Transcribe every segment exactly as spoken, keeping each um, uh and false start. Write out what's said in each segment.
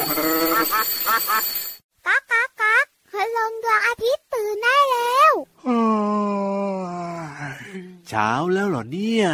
ก๊ากก๊ากก๊ากพลังดวงอาทิตย์ตื่นได้แล้วเช้าแล้วเหรอเนี่ย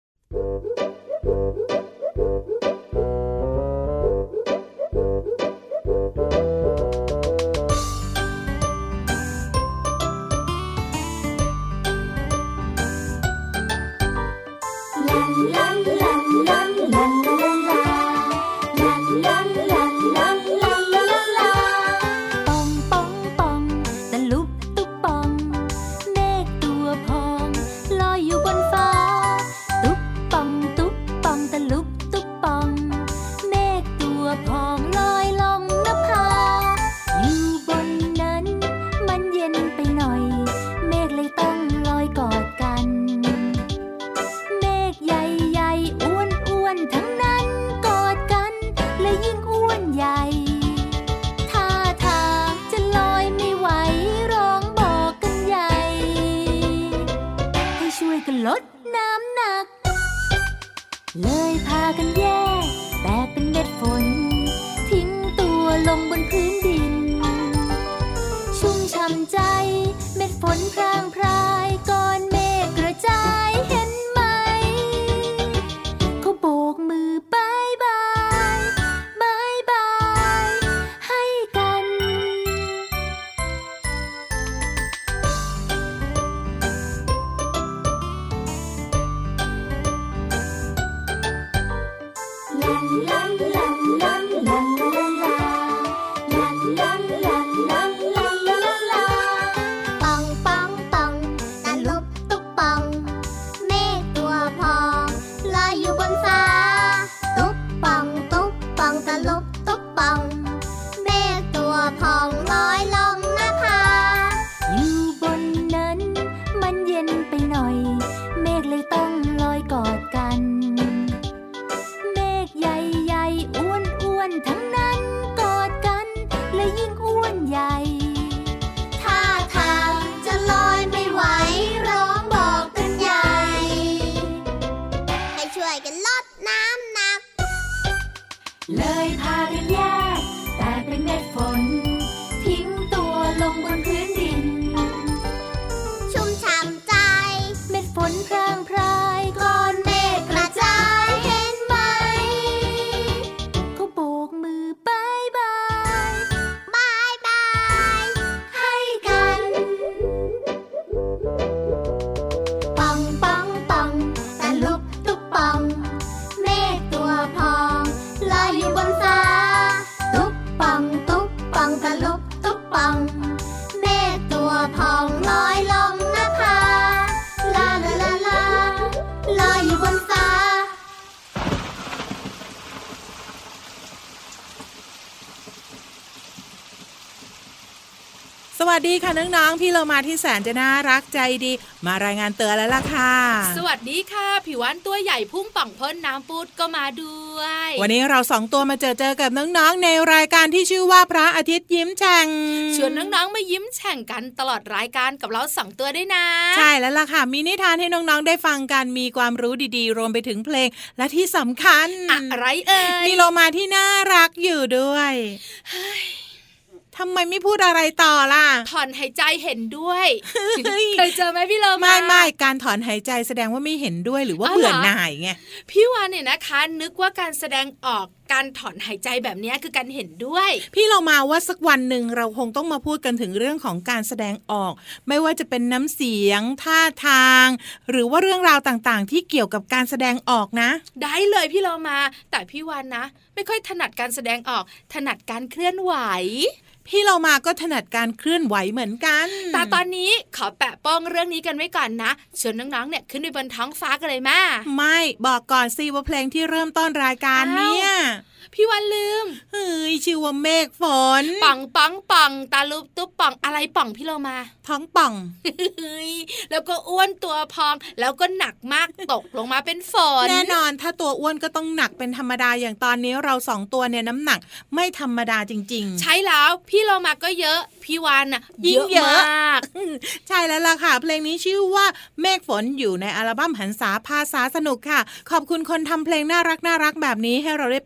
สวัสดีค่ะน้องๆพี่เรามาที่แสนจะน่ารักใจดีมารายงานเตือนแล้วล่ะค่ะสวัสดีค่ะผิววันตัวใหญ่พุ่งป่องพ่นน้ำปูดก็มาด้วยวันนี้เราสองตัวมาเจอเจอกับน้องๆในรายการที่ชื่อว่าพระอาทิตย์ยิ้มแฉ่งชวนน้องๆมายิ้มแฉ่งกันตลอดรายการกับเราสองตัวด้วยนะใช่แล้วล่ะค่ะมีนิทานให้น้องๆได้ฟังกันมีความรู้ดีๆรวมไปถึงเพลงและที่สำคัญอะไรเอ่ยมีโลมาที่น่ารักอยู่ด้วยทำไมไม่พูดอะไรต่อล่ะถอนหายใจเห็นด้วยเคยเจอไหมพี่โลมาไม่ไม่การถอนหายใจแสดงว่าไม่เห็นด้วยหรือว่าเบื่อหน่ายไงพี่วานเนี่ยนะคะนึกว่าการแสดงออกการถอนหายใจแบบนี้คือการเห็นด้วยพี่เรามาว่าสักวันหนึ่งเราคงต้องมาพูดกันถึงเรื่องของการแสดงออกไม่ว่าจะเป็นน้ำเสียงท่าทางหรือว่าเรื่องราวต่างๆที่เกี่ยวกับการแสดงออกนะได้เลยพี่เรามาแต่พี่วานนะไม่ค่อยถนัดการแสดงออกถนัดการเคลื่อนไหวพี่เรามาก็ถนัดการเคลื่อนไหวเหมือนกันแต่ตอนนี้ขอแปะป้องเรื่องนี้กันไว้ก่อนนะชวนน้องๆเนี่ยขึ้นไปบนท้องฟ้ากันเลยแม่ไม่บอกก่อนสิว่าเพลงที่เริ่มต้นรายการเนี่ยพี่วันลืมเฮ้ยชื่อว่าเมฆฝนปังปังปังตาลุบตุ๊บปังอะไรปังพี่เรามาท้องป่องแล้วก็อ้วนตัวพองแล้วก็หนักมากตกลงมาเป็นฝนแน่นอนถ้าตัวอ้วนก็ต้องหนักเป็นธรรมดาอย่างตอนนี้เราสองตัวเนี่ยน้ำหนักไม่ธรรมดาจริงๆใช่แล้วพี่เรามาก็เยอะพี่วานน่ะเยอะมากใช่แล้วล่ะค่ะเพลงนี้ชื่อว่าเมฆฝนอยู่ในอัลบั้มหันษาภาษาสนุกค่ะขอบคุณคนทำเพลงน่ารักน่ารักแบบนี้ให้เราได้เปิดใน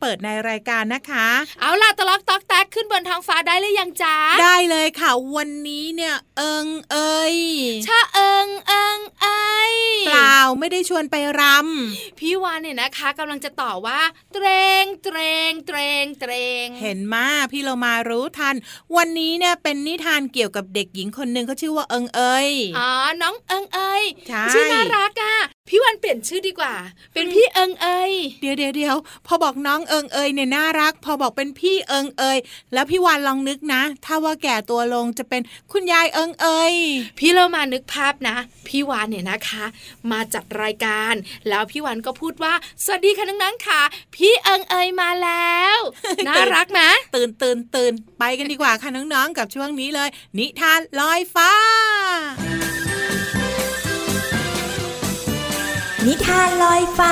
รายการนะคะเอาล่ะตะล็อกตอกแตกขึ้นบนท้องฟ้าได้หรือยังจ๊ะได้เลยค่ะวันนี้เนี่ยเอิงเอยชะเอิงเอิงเอยเปล่าไม่ได้ชวนไปรำพี่วานเนี่ยนะคะกำลังจะต่อว่าเตรงเตรงเตรงเตรงเห็นมาพี่เรามารู้ทันวันนี้เนี่ยเป็นนิทานเกี่ยวกับเด็กหญิงคนนึงเขาชื่อว่าเอิงเอยอ๋อน้องเอิงเอยชื่อน่ารักอ่ะพี่วันเปลี่ยนชื่อดีกว่าเป็นพี่เอิงเอยเดี๋ยวเดี๋ยวเดี๋ยวพอบอกน้องเอิงเอยเนี่ยน่ารักพอบอกเป็นพี่เอิงเอยแล้วพี่วันลองนึกนะถ้าว่าแก่ตัวลงจะเป็นคุณยายเอิงเอยพี่เรามานึกภาพนะพี่วานเนี่ยนะคะมาจัดรายการแล้วพี่วันก็พูดว่าสวัสดีค่ะน้องๆค่ะพี่เอิงเอยมาแล้วน่ารักไหมตื่นตื่นตื่นไปกันดีกว่าค่ะน้องๆกับช่วงนี้เลยนิทานลอยฟ้านิทานลอยฟ้า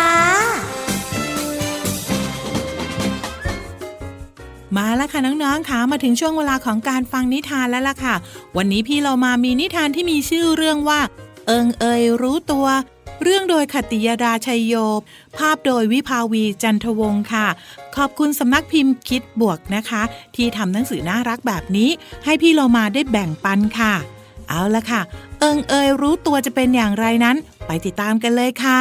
มาแล้วค่ะน้องๆค่ะมาถึงช่วงเวลาของการฟังนิทานแล้วล่ะค่ะวันนี้พี่เรามามีนิทานที่มีชื่อเรื่องว่าเอิงเอยรู้ตัวเรื่องโดยขติยดาชัยโยภาพโดยวิภาวีจันทวงศ์ค่ะขอบคุณสำนักพิมพ์คิดบวกนะคะที่ทำหนังสือน่ารักแบบนี้ให้พี่เรามาได้แบ่งปันค่ะเอาละค่ะเอิงเอยรู้ตัวจะเป็นอย่างไรนั้นไปติดตามกันเลยค่ะ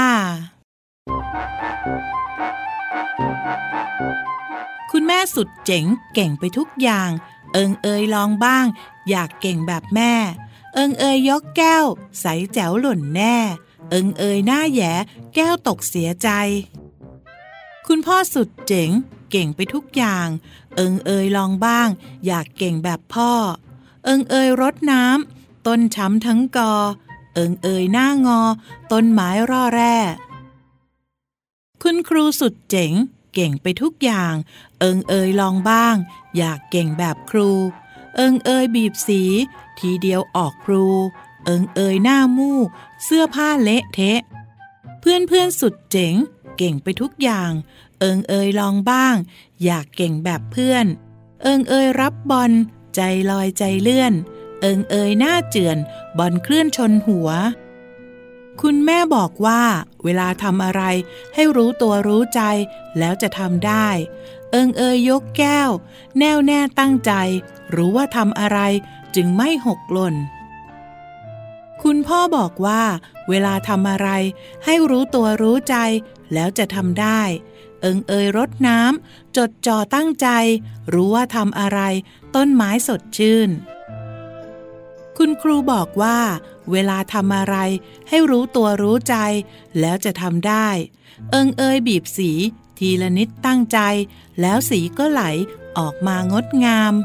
คุณแม่สุดเจ๋งเก่งไปทุกอย่างเอิงเอยลองบ้างอยากเก่งแบบแม่เอิงเอยยกแก้วใสแจ๋วหล่นแน่เอิงเอยหน้าแหย่แก้วตกเสียใจคุณพ่อสุดเจ๋งเก่งไปทุกอย่างเอิงเอยลองบ้างอยากเก่งแบบพ่อเอิงเอยรดน้ำต้นช้ำทั้งกอเอิงเอยหน้างอต้นไม้ร่อแร่คุณครูสุดเจ๋งเก่งไปทุกอย่างเอิงเอยลองบ้างอยากเก่งแบบครูเอิงเอยบีบสีทีเดียวออกพลูเอิงเอยหน้ามูกเสื้อผ้าเละเทะเพื่อนเพื่อนสุดเจ๋งเก่งไปทุกอย่างเอิงเอยลองบ้างอยากเก่งแบบเพื่อนเอิงเอยรับบอลใจลอยใจเลื่อนเอิงเอยหน้าเจือนบอลเคลื่อนชนหัวคุณแม่บอกว่าเวลาทำอะไรให้รู้ตัวรู้ใจแล้วจะทำได้เอิงเอยยกแก้วแน่วแน่ตั้งใจรู้ว่าทำอะไรจึงไม่หกหล่นคุณพ่อบอกว่าเวลาทำอะไรให้รู้ตัวรู้ใจแล้วจะทำได้เอิงเอยรดน้ำจดจ่อตั้งใจรู้ว่าทำอะไรต้นไม้สดชื่นคุณครูบอกว่าเวลาทำอะไรให้รู้ตัวรู้ใจแล้วจะทำได้เอิงเอยบีบสีทีละนิดตั้งใจแล้วสีก็ไหลออกมางดงาม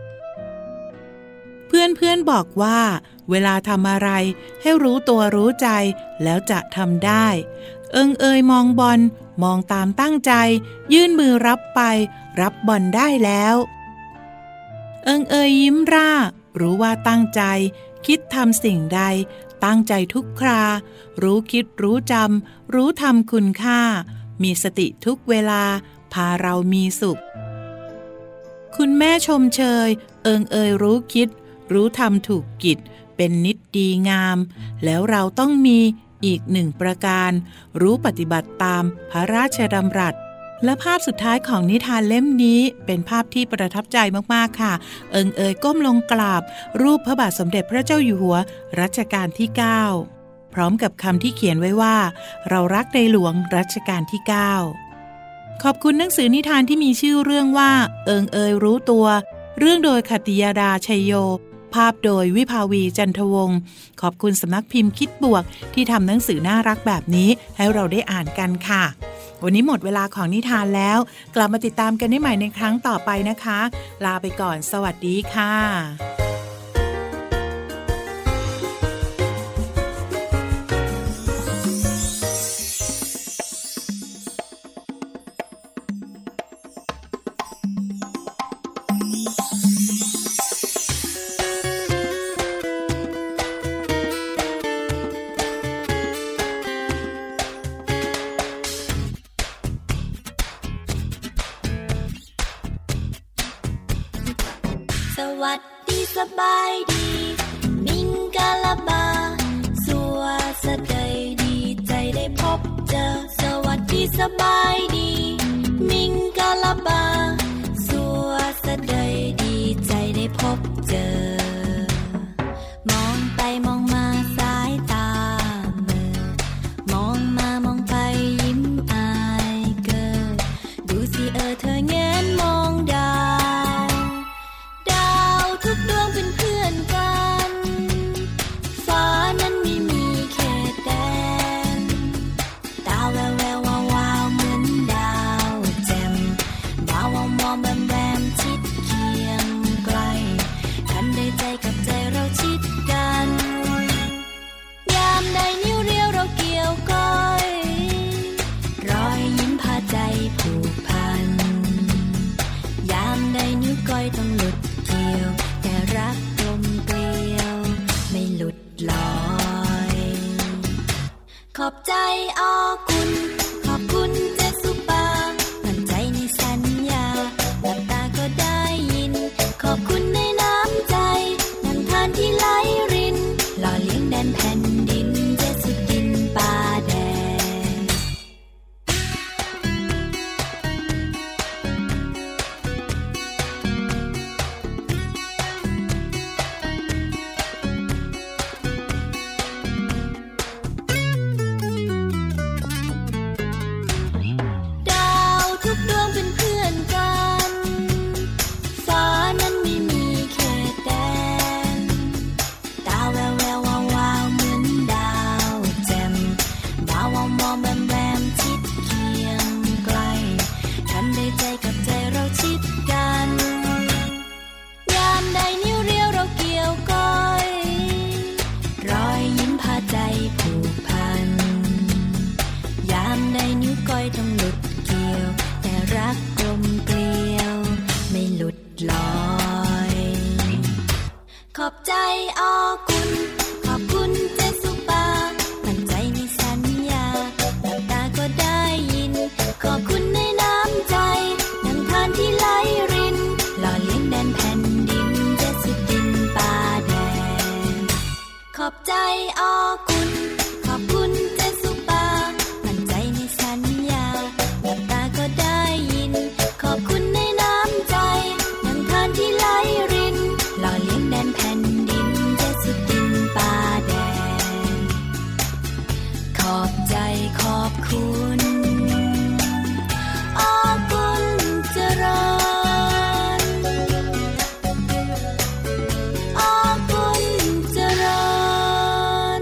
เพื่อนๆบอกว่าเวลาทำอะไรให้รู้ตัวรู้ใจแล้วจะทำได้เอิงเอยมองบอลมองตามตั้งใจยื่นมือรับไปรับบอลได้แล้วเอิงเอยยิ้มร่ารู้ว่าตั้งใจคิดทำสิ่งใดตั้งใจทุกครารู้คิดรู้จำรู้ทำคุณค่ามีสติทุกเวลาพาเรามีสุขคุณแม่ชมเชยเอิงเอยรู้คิดรู้ทำถูกกิจเป็นนิดดีงามแล้วเราต้องมีอีกหนึ่งประการรู้ปฏิบัติตามพระราชดำรัสและภาพสุดท้ายของนิทานเล่มนี้เป็นภาพที่ประทับใจมากๆค่ะเอิงเอยก้มลงกราบรูปพระบาทสมเด็จพระเจ้าอยู่หัวรัชกาลที่เก้าพร้อมกับคำที่เขียนไว้ว่าเรารักในหลวงรัชกาลที่เก้าขอบคุณหนังสือนิทานที่มีชื่อเรื่องว่าเอิงเอยรู้ตัวเรื่องโดยขติยดาชัยโยภาพโดยวิภาวีจันทวงศ์ขอบคุณสำนักพิมพ์คิดบวกที่ทำหนังสือน่ารักแบบนี้ให้เราได้อ่านกันค่ะวันนี้หมดเวลาของนิทานแล้วกลับมาติดตามกันได้ใหม่ในครั้งต่อไปนะคะลาไปก่อนสวัสดีค่ะสวัสดีสบายดีมิงกะลาบาสัวสะใดดีใจได้พบเจอสวัสดีสบายดีมิงกะลาบาสัวสะเดยดีใจได้พบเจอมองไปมองมาสายตาเมื่อมองมามองไปยิ้มอายเกิดดูสิเออเธอแงนมองดาวดาวทุกดวงเป็นเพื่อนกันฟ้านั้นไม่มีเขตแดนดาวแววแวววาววาวเหมือนดาวแจ่มดาวมองมองแวมแวมชิดเคียงไกลทันได้ใจกับใจเราชิดกันยามใดนิ้วเรียวเราเกี่ยวก้อยรอยยิ้มพาใจผูกพันยามใดนิ้วก้อยต้องหลุดเกี่ยวแต่รักกลมเกลียวไม่หลุดลอยขอบใจอ้อคุณขอบคุณเจสุปามั่นใจในสัญญาหลับตาก็ได้ยินขอบคุณในน้ำใจน้ำทานที่ไหลรินหล่อเลี้ยงแดนแผ่นดินเจสุดินป่าแดงดาวทุกดวงเป็นเพื่อนกันฟ้านั้นไม่มีเขตแดนดาวแววแวววาววาวเหมือนดาวแจ่มดาวมองมองแวมแวมชิดเคียงไกลทันได้ใจกับใจเราชิดกันยามใดนิ้วเรียวเราเกี่ยวก้อยรอยยิ้มพาใจผูกพันยามใดนิ้วก้อยต้องหลุดเกี่ยวแต่รักกลมเกลียวไม่หลุดลอยขอบใจอ้อคุณขอบคุณเจสุปามั่นใจในสัญญาหลับตาก็ได้ยินขอบคุณในน้ำใจน้ำทานที่ไหลรินหล่อเลี้ยงแดนแผ่นดินเจสุดินป่าแดงขอบใจอ้อคุณขอบคุณเจสุปามั่นใจในสัญญาหลับตาก็ได้ยินขอบคุณในน้ำใจน้ำทานที่ไหลรินหล่อเลี้ยงแดนแผ่นดินเจสุดินป่าแดงขอบใจขอบคุณอ้อคุณเจริญอ้อคุณเจริญ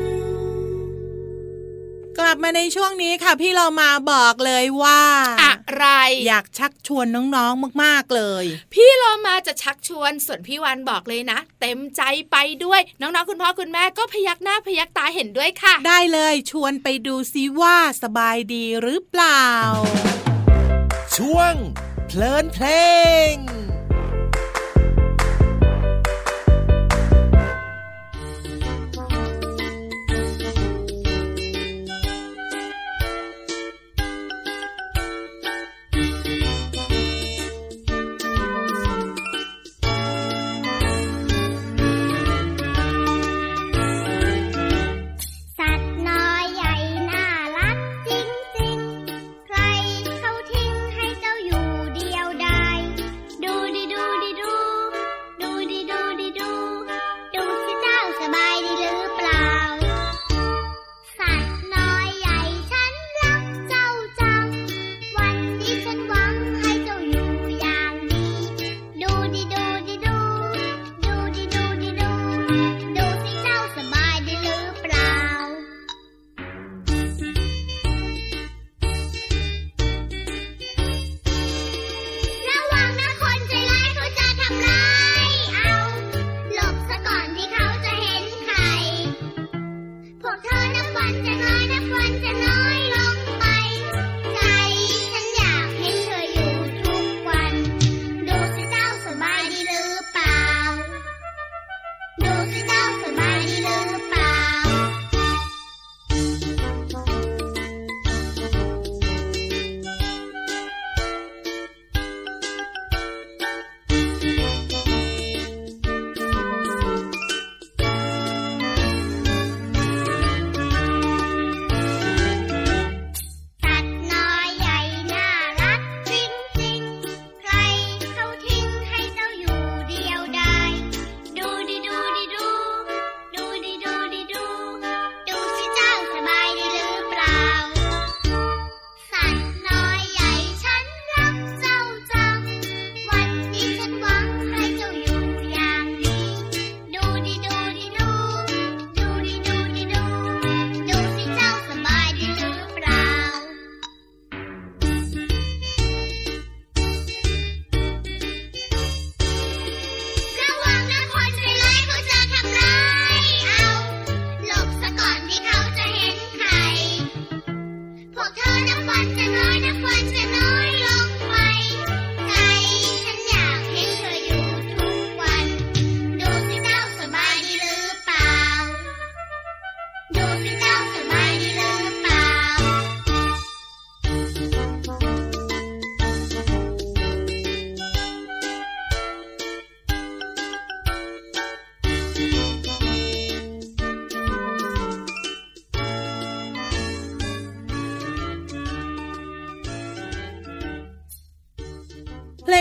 กลับมาในช่วงนี้ค่ะพี่เรามาบอกเลยว่าอะไรอยากชักชวนน้องๆมากๆเลยพี่เรามาจะชักชวนส่วนพี่วันบอกเลยนะเต็มใจไปด้วยน้องๆคุณพ่อคุณแม่ก็พยักหน้าพยักตาเห็นด้วยค่ะได้เลยชวนไปดูซิว่าสบายดีหรือเปล่าช่วงเพลินเพลงดูดิ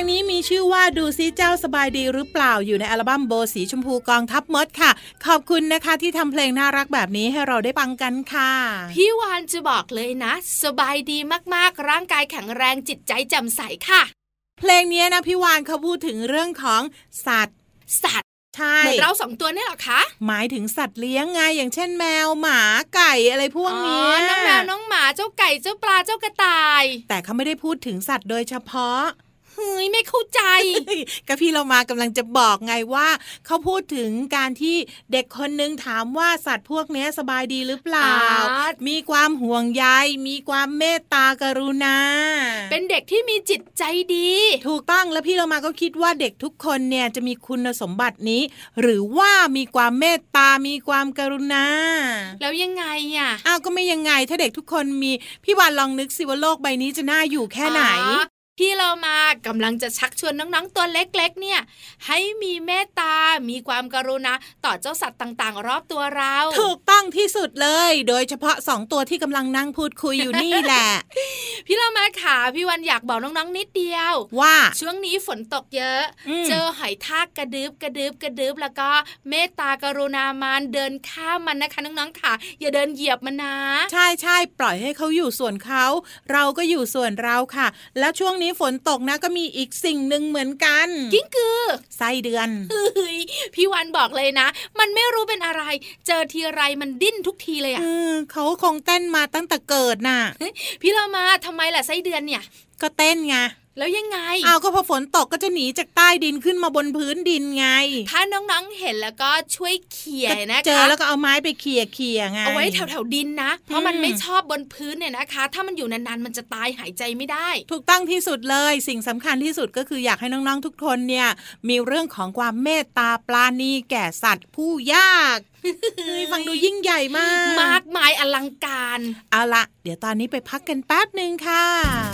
งนี้มีชื่อว่าดูซิเจ้าสบายดีหรือเปล่าอยู่ในอัลบั้มโบสีชมพูกองทัพมดค่ะขอบคุณนะคะที่ทำเพลงน่ารักแบบนี้ให้เราได้ฟังกันค่ะพี่วานจะบอกเลยนะสบายดีมากๆร่างกายแข็งแรงจิตใจแจ่มใสค่ะเพลงนี้นะพี่วานเขาพูดถึงเรื่องของสัตว์สัตว์ใช่เหมือนเราสองตัวนี่หรอคะหมายถึงสัตว์เลี้ยงไงอย่างเช่นแมวหมาไก่อะไรพวกนี้อ๋อน้องแมวน้องหมาเจ้าไก่เจ้าปลาเจ้ากระต่ายแต่เขาไม่ได้พูดถึงสัตว์โดยเฉพาะเฮ้ยไม่เข้าใจก็พี่เรามากำลังจะบอกไงว่าเขาพูดถึงการที่เด็กคนนึงถามว่าสัตว์พวกนี้สบายดีหรือเปล่ามีความห่วงใยมีความเมตตากรุณาเป็นเด็กที่มีจิตใจดีถูกต้องแล้วพี่เรามาก็คิดว่าเด็กทุกคนเนี่ยจะมีคุณสมบัตินี้หรือว่ามีความเมตตามีความกรุณาแล้วยังไงอ่ะอ้าวก็ไม่ยังไงถ้าเด็กทุกคนมีพี่วานลองนึกสิว่าโลกใบนี้จะน่าอยู่แค่ไหนพี่เรามากำลังจะชักชวนน้องๆตัวเล็กๆเนี่ยให้มีเมตตามีความกรุณาต่อเจ้าสัตว์ต่างๆรอบตัวเราถูกต้องที่สุดเลยโดยเฉพาะสองตัวที่กำลังนั่งพูดคุยอยู่นี่แหละพี่เรามาค่ะพี่วันอยากบอกน้องๆนิดเดียวว่าช่วงนี้ฝนตกเยอะเจอหอยทากกระดึบกระดึบกระดึบแล้วก็เมตตากรุณามันเดินข้ามมันนะคะน้องๆค่ะอย่าเดินเหยียบมันนะใช่ใช่ปล่อยให้เขาอยู่ส่วนเขาเราก็อยู่ส่วนเราค่ะแล้วช่วงนี้ฝนตกนะก็มีอีกสิ่งหนึ่งเหมือนกันกิ้งกือไส้เดือนเฮ้ยพี่วันบอกเลยนะมันไม่รู้เป็นอะไรเจอทีไรมันดิ้นทุกทีเลยอ่ะเขาคงเต้นมาตั้งแต่เกิดน่ะพี่เรามาทำไมล่ะไส้เดือนเนี่ยก็เต้นไงแล้วยังไงอ้าวก็พอฝนตกก็จะหนีจากใต้ดินขึ้นมาบนพื้นดินไงถ้าน้องๆเห็นแล้วก็ช่วยเขี่ยนะคะเจอแล้วก็เอาไม้ไปเขี่ยเขี่ยไงเอาไว้แถวๆดินนะเพราะมันไม่ชอบบนพื้นเนี่ยนะคะถ้ามันอยู่นานๆมันจะตายหายใจไม่ได้ถูกต้องที่สุดเลยสิ่งสำคัญที่สุดก็คืออยากให้น้องๆทุกคนเนี่ยมีเรื่องของความเมตตาปราณีแก่สัตว์ผู้ยากฟังดูยิ่งใหญ่มากมากมายอลังการเอาละเดี๋ยวตอนนี้ไปพักกันแป๊บนึงค่ะ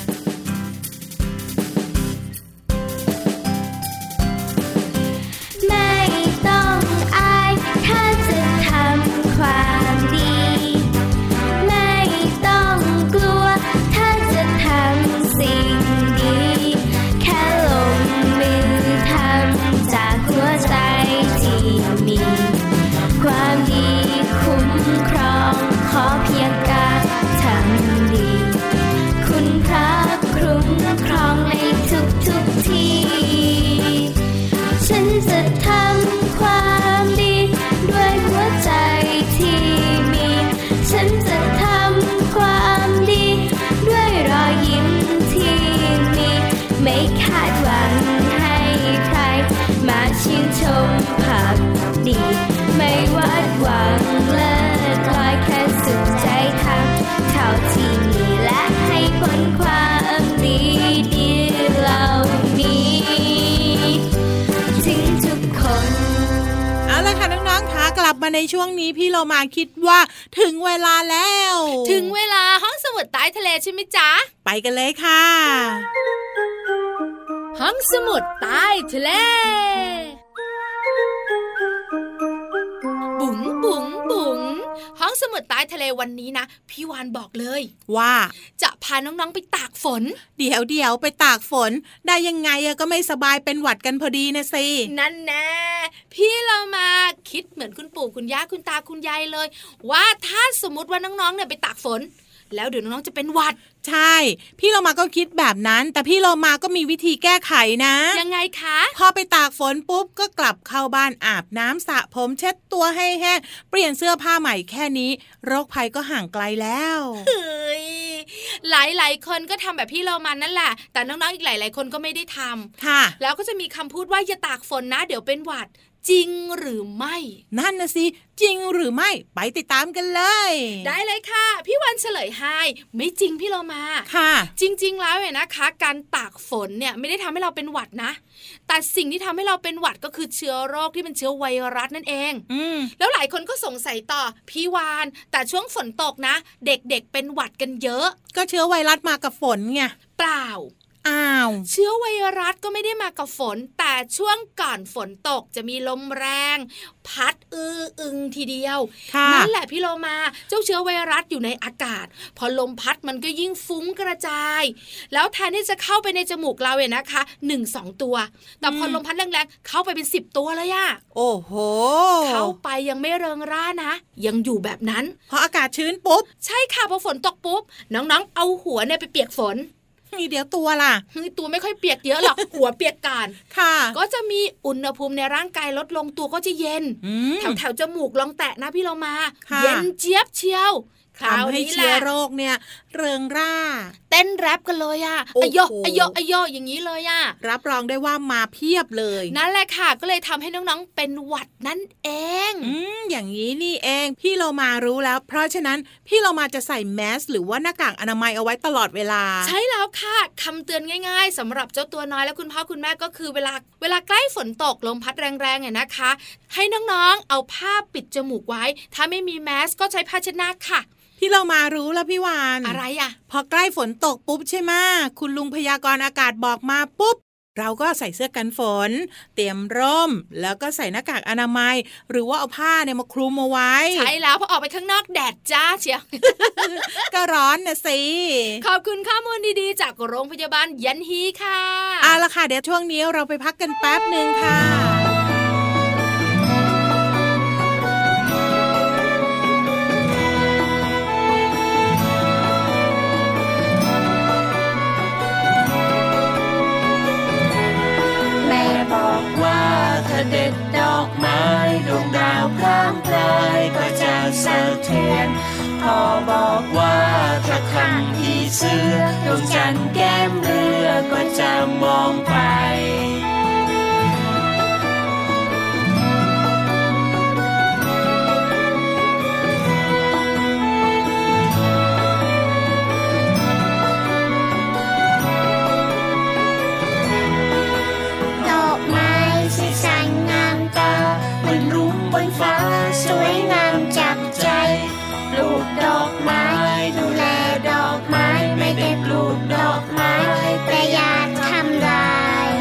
ความดีไม่ต้องกลัวถ้าจะทำสิ่งดีแค่ลงมือทำจากหัวใจที่มีความดีคุ้มครองขอเพียงการทำดีคุณพระคุ้มครองในทุกทุกที่ฉันจะทำความดีด้วยหัวใจที่มีฉันจะทำความดีด้วยรอยยิ้มที่มีไม่คาดหวังให้ใครมาชื่นชมภักดีไม่หวาดหวังเลิศลอยแค่สุดใจทำเท่าที่มีและให้ผลความดีดีเหล่านี้ถึงทุกคนเอาละค่ะน้องๆค่ะกลับมาในช่วงนี้พี่เรามาคิดว่าถึงเวลาแล้วถึงเวลาห้องสมุดใต้ทะเลใช่ไหมจ๊ะไปกันเลยค่ะห้องสมุดใต้ทะเลบุ๋งบุ๋งบุ๋งห้องสมุดใต้ทะเลวันนี้นะพี่วานบอกเลยว่าจะพาน้องๆไปตากฝนเดี๋ยวเดี๋ยวไปตากฝนได้ยังไงอะก็ไม่สบายเป็นหวัดกันพอดีนะสินั่นแน่พี่เรามาคิดเหมือนคุณปู่คุณย่าคุณตาคุณยายเลยว่าถ้าสมมติว่าน้องๆเนี่ยไปตากฝนแล้วเดี๋ยวน้องๆจะเป็นหวัดใช่พี่เรามาก็คิดแบบนั้นแต่พี่เรามาก็มีวิธีแก้ไขนะยังไงคะพอไปตากฝนปุ๊บก็กลับเข้าบ้านอาบน้ำสระผมเช็ดตัวให้แห้งเปลี่ยนเสื้อผ้าใหม่แค่นี้โรคภัยก็ห่างไกลแล้วเฮ้ยหลายๆคนก็ทำแบบพี่เรามานั่นแหละแต่น้องๆอีกหลายๆคนก็ไม่ได้ทำค่ะแล้วก็จะมีคำพูดว่าอย่าตากฝนนะเดี๋ยวเป็นหวัดจริงหรือไม่นั่นนะสิจริงหรือไม่ไปติดตามกันเลยได้เลยค่ะพี่วันเฉลยให้ไม่จริงพี่เรามาค่ะจริงๆแล้วเนี่ยนะคะการตากฝนเนี่ยไม่ได้ทำให้เราเป็นหวัดนะแต่สิ่งที่ทำให้เราเป็นหวัดก็คือเชื้อโรคที่เป็นเชื้อไวรัสนั่นเองอืมแล้วหลายคนก็สงสัยต่อพี่วานแต่ช่วงฝนตกนะเด็กๆเป็นหวัดกันเยอะก็เชื้อไวรัสมากับฝนไงเปล่าอ้าวเชื้อไวรัสก็ไม่ได้มากับฝนแต่ช่วงก่อนฝนตกจะมีลมแรงพัดอื้ออึงทีเดียวนั่นแหละพี่โลมาเจ้าเชื้อไวรัสอยู่ในอากาศพอลมพัดมันก็ยิ่งฟุ้งกระจายแล้วแทนที่จะเข้าไปในจมูกเราเนี่ยนะคะ หนึ่งถึงสอง ตัวแต่พอลมพัดแรงๆเข้าไปเป็นสิบตัวเลยอะโอ้โหเข้าไปยังไม่เริงร่านะยังอยู่แบบนั้นพออากาศชื้นปุ๊บใช่ค่ะพอฝนตกปุ๊บน้องๆเอาหัวเนี่ยไปเปียกฝนนี่เดี๋ยวตัวล่ะตัวไม่ค่อยเปียกเยอะหรอก หัวเปียกก่อนค่ะก็จะมีอุณหภูมิในร่างกายลดลงตัวก็จะเย็นแถวแถวจมูกลองแตะนะพี่เรามาเย็นเจี๊ยบเชียวทำให้เชื้อโรคเนี่ยเริงร่าเต้นแรปกันเลยอ่ะอโยอโยอโยอย่างนี้เลยอ่ะรับรองได้ว่ามาเพียบเลยนั่นแหละค่ะก็เลยทำให้น้องๆเป็นหวัดนั่นเองอืมอย่างนี้นี่เองพี่เรามารู้แล้วเพราะฉะนั้นพี่เรามาจะใส่แมสหรือว่าหน้ากากอนามัยเอาไว้ตลอดเวลาใช่แล้วค่ะคำเตือนง่ายๆสำหรับเจ้าตัวน้อยและคุณพ่อคุณแม่ก็คือเวลาเวลาใกล้ฝนตกลมพัดแรงๆเนี่ยนะคะให้น้องๆเอาผ้าปิดจมูกไว้ถ้าไม่มีแมสก็ใช้ผ้าเช็ดหน้าค่ะพี่เรามารู้แล้วพี่วานอะไรอ่ะพอใกล้ฝนตกปุ๊บใช่ไหมคุณลุงพยากรณ์อากาศบอกมาปุ๊บเราก็ใส่เสื้อกันฝนเตรียมร่มแล้วก็ใส่หน้ากากอนามัยหรือว่าเอาผ้าเนี่ยมาคลุมเอาไว้ใช่แล้วพอออกไปข้างนอกแดดจ้าเชียวก็ร้อนนะสิขอบคุณข้อมูลดีๆจากโรงพยาบาลยันฮีค่ะเอาล่ะค่ะเดี๋ยวช่วงนี้เราไปพักกันแป๊บนึงค่ะเด็ดดอกไม้ดวงดาวพร่างพรายก็จะสะเทือนพ่อบอกว่าถ้าคำผีเสื้อดวงจันทร์แก้มเรือก็จะมองไปสวยงามจับใจปลูกดอกไม้ดูแลดอกไม้ไม่ได้ปลูกดอกไม้แต่อย่าทำลาย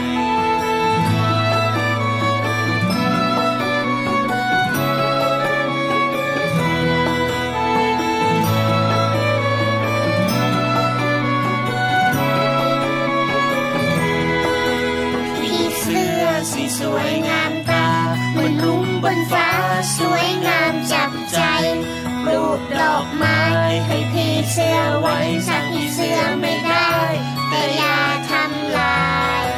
ผีเสื้อสีสวยงามตาเหมือนรุ้งบนฟ้าสวยงามจับใจปลูกดอกไม้ให้พี่เสื้อไว้สักพี่เสื้อไม่ได้แต่อย่าทำลาย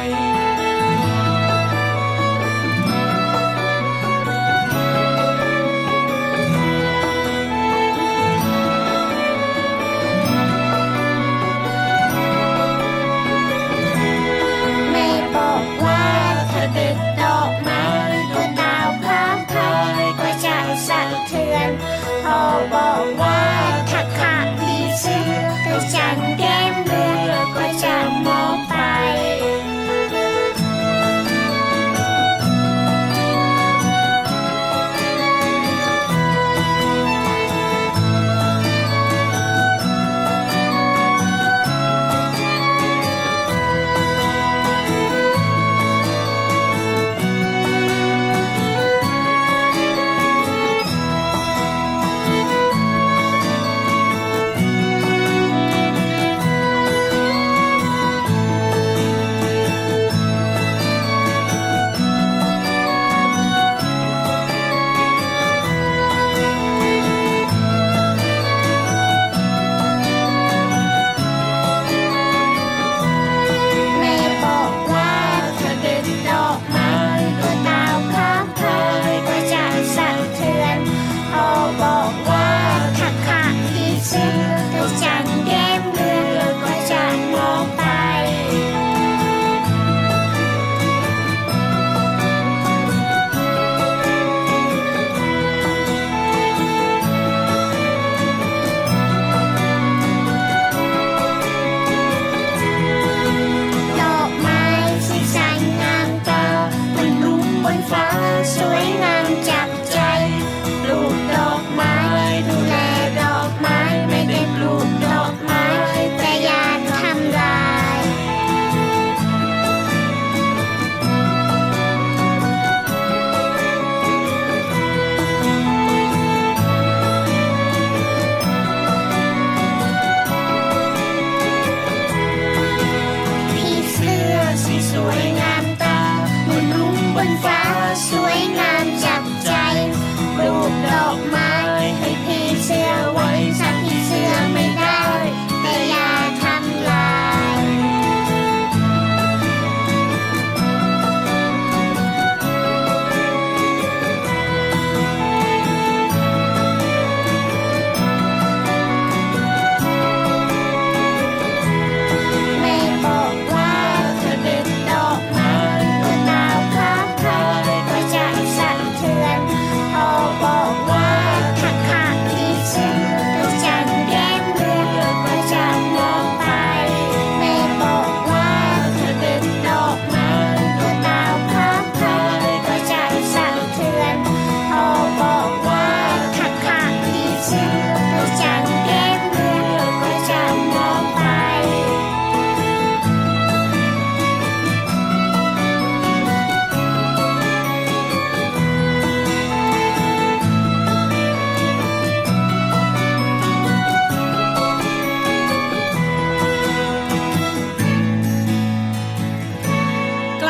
แม่บอกว่าถ้าเด็ดดอกไม้ก็ดาวพร่างพรายก็จะสะเทือนพ่อบอกว่าถ้าขาดพี่เสื้อดวงจันทร์แก้มเรือก็จะมอง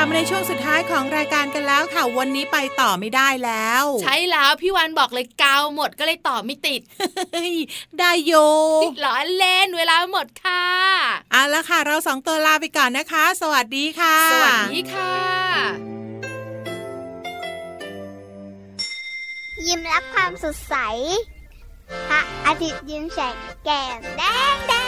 ลับมาในช่วงสุดท้ายของรายการกันแล้วค่ะวันนี้ไปต่อไม่ได้แล้วใช่แล้วพี่วันบอกเลยกาวหมดก็เลยต่อไม่ติดได้โยล้อเล่นเวลาหมดค่ะเอาละค่ะเราสองตัวลาไปก่อนนะคะสวัสดีค่ะสวัสดีค่ะยิ้มรับความสดใสพระอาทิตย์ยิ้มแฉกแก้มแดงแดง